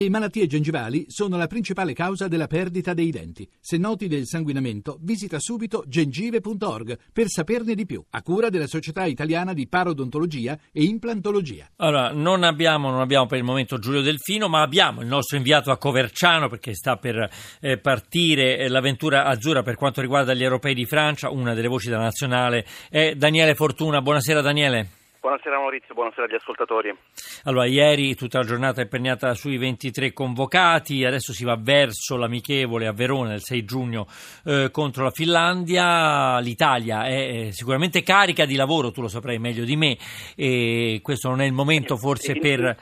Le malattie gengivali sono la principale causa della perdita dei denti. Se noti del sanguinamento, visita subito gengive.org per saperne di più, a cura della Società Italiana di Parodontologia e Implantologia. Allora, non abbiamo per il momento Giulio Delfino, ma abbiamo il nostro inviato a Coverciano, perché sta per partire l'avventura azzurra per quanto riguarda gli europei di Francia. Una delle voci della nazionale è Daniele Fortuna. Buonasera Daniele. Buonasera Maurizio, buonasera agli ascoltatori. Allora, ieri tutta la giornata è impegnata sui 23 convocati, adesso si va verso l'amichevole a Verona il 6 giugno contro la Finlandia. L'Italia è sicuramente carica di lavoro, tu lo saprai meglio di me, e questo non è il momento forse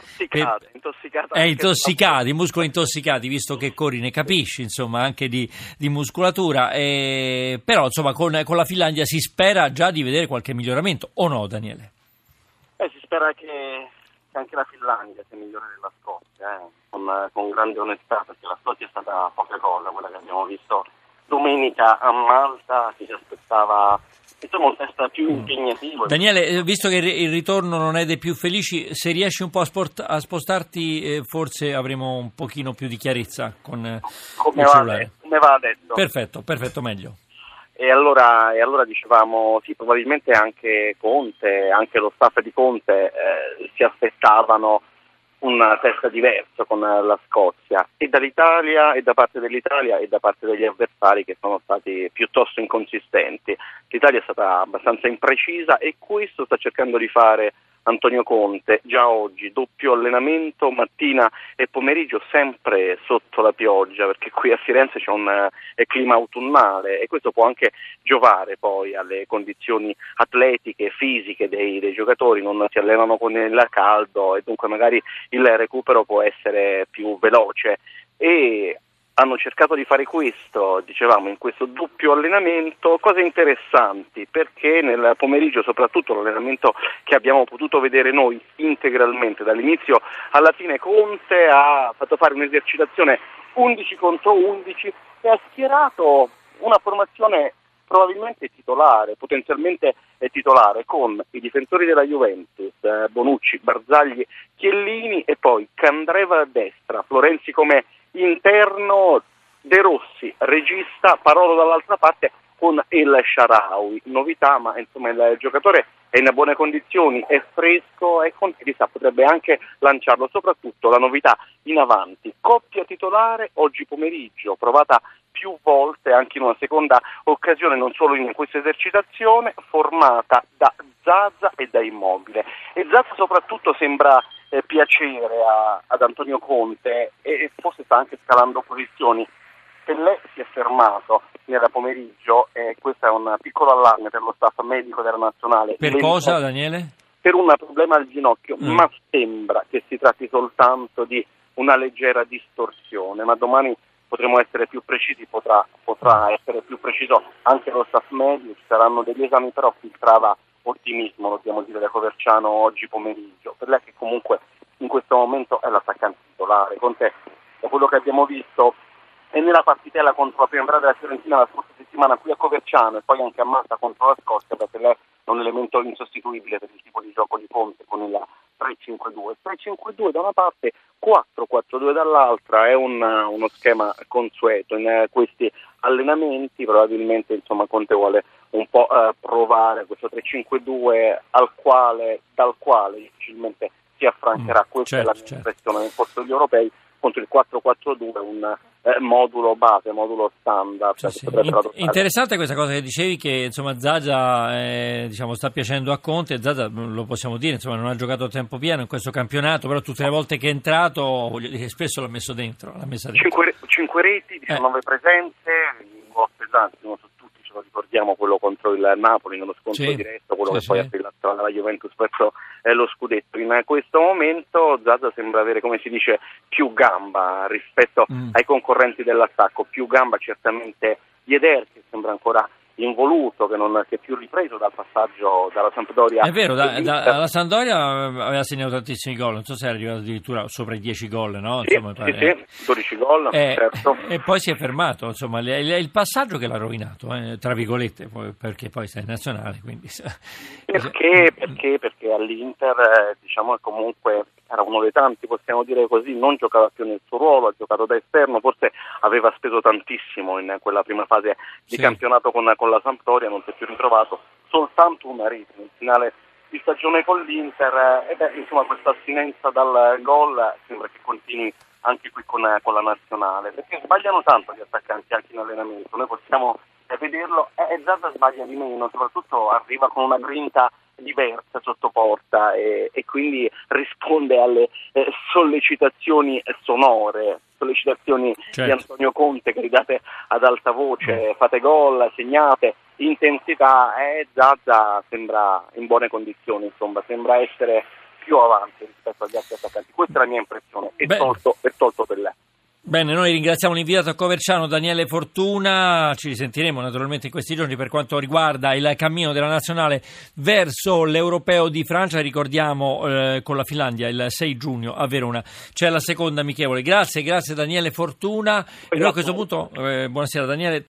intossicati, muscoli intossicati, visto che corri ne capisci, insomma, anche di muscolatura, però insomma con la Finlandia si spera già di vedere qualche miglioramento, o no Daniele? Si spera che anche la Finlandia sia migliore della Scozia, con grande onestà, perché la Scozia è stata poca cosa, quella che abbiamo visto domenica a Malta. Ci si aspettava un test più impegnativo. Daniele, visto che il ritorno non è dei più felici, se riesci un po' a spostarti, forse avremo un pochino più di chiarezza con il cellulare. Come va adesso? Perfetto, meglio. E allora dicevamo, sì, probabilmente anche Conte, anche lo staff di Conte si aspettavano un test diverso con la Scozia, e dall'Italia, e da parte dell'Italia e da parte degli avversari, che sono stati piuttosto inconsistenti. L'Italia è stata abbastanza imprecisa, e questo sta cercando di fare Antonio Conte già oggi: doppio allenamento mattina e pomeriggio, sempre sotto la pioggia, perché qui a Firenze c'è un clima autunnale, e questo può anche giovare poi alle condizioni atletiche e fisiche dei giocatori. Non si allenano con il caldo, e dunque magari il recupero può essere più veloce, e hanno cercato di fare questo, dicevamo, in questo doppio allenamento, cose interessanti, perché nel pomeriggio, soprattutto l'allenamento che abbiamo potuto vedere noi integralmente dall'inizio alla fine, Conte ha fatto fare un'esercitazione 11 contro 11 e ha schierato una formazione probabilmente titolare, potenzialmente titolare, con i difensori della Juventus, Bonucci, Barzagli, Chiellini, e poi Candreva a destra, Florenzi come interno, De Rossi regista, Parolo dall'altra parte, con El Shaarawy. Novità, ma insomma il giocatore è in buone condizioni, è fresco, e Conte chissà potrebbe anche lanciarlo. Soprattutto la novità in avanti: coppia titolare oggi pomeriggio, provata più volte anche in una seconda occasione, non solo in questa esercitazione, formata da Zaza e da Immobile. E Zaza soprattutto sembra piacere ad Antonio Conte, e forse sta anche scalando posizioni. Pellè si è fermato nel pomeriggio, e questo è un piccolo allarme per lo staff medico della nazionale. Per cosa, Daniele? Per un problema al ginocchio, ma sembra che si tratti soltanto di una leggera distorsione, ma domani potremo essere più precisi, potrà essere più preciso anche lo staff medico. Ci saranno degli esami, però filtrava ottimismo, lo dobbiamo dire, da Coverciano oggi pomeriggio. Per lei, che comunque in questo momento è l'attaccante titolare. Conte, da quello che abbiamo visto, e nella partitella contro la Primavera della Fiorentina la scorsa settimana qui a Coverciano, e poi anche a Malta contro la Scozia, perché lei è un elemento insostituibile per il tipo di gioco di Conte, con il 3-5-2. 3-5-2 da una parte, 4-4-2 dall'altra, è uno schema consueto in questi allenamenti. Probabilmente insomma Conte vuole un po' provare questo 3-5-2 dal quale difficilmente si affrancherà. Questa è la mia impressione nel corso degli europei, contro il 4-4-2, un modulo base, modulo standard. Sì. Interessante questa cosa che dicevi, che insomma Zaza sta piacendo a Conte. Zaza, lo possiamo dire, insomma, non ha giocato a tempo pieno in questo campionato, però tutte le volte che è entrato, spesso l'ha messo dentro. 5 reti, 19 presenze, un gol pesante, uno su tutti, ce lo ricordiamo, quello contro il Napoli nello scontro diretto, quello che poi ha filato la Juventus verso lo scudetto. In questo momento Zaza sembra avere, come si dice, più gamba rispetto ai concorrenti dell'attacco, più gamba certamente Yedder, che sembra ancora involuto, che non si è più ripreso dal passaggio dalla Sampdoria. È vero, alla Sampdoria aveva segnato tantissimi gol, non so se è arrivato addirittura sopra i 10 gol, no? Sì, insomma, sì, 12 gol, certo. E poi si è fermato, insomma, è il passaggio che l'ha rovinato, tra virgolette, perché poi sei in nazionale, quindi... Perché all'Inter, diciamo, è comunque era uno dei tanti, possiamo dire così, non giocava più nel suo ruolo, ha giocato da esterno, forse aveva speso tantissimo in quella prima fase di campionato con la Sampdoria, non si è più ritrovato, soltanto una rete nel finale di stagione con l'Inter, insomma questa astinenza dal gol sembra che continui anche qui con la nazionale, perché sbagliano tanto gli attaccanti anche in allenamento, noi possiamo vederlo, e Zaza sbaglia di meno, soprattutto arriva con una grinta diversa sotto porta e quindi risponde alle sollecitazioni sonore, sollecitazioni di Antonio Conte, gridate ad alta voce, fate gol, segnate, intensità, e Zaza sembra in buone condizioni, insomma, sembra essere più avanti rispetto agli altri attaccanti. Questa è la mia impressione, è tolto Pellè. Bene, noi ringraziamo l'inviato a Coverciano Daniele Fortuna, ci risentiremo naturalmente in questi giorni per quanto riguarda il cammino della nazionale verso l'Europeo di Francia, ricordiamo con la Finlandia il 6 giugno a Verona c'è la seconda amichevole. Grazie Daniele Fortuna. E noi a questo punto, buonasera Daniele.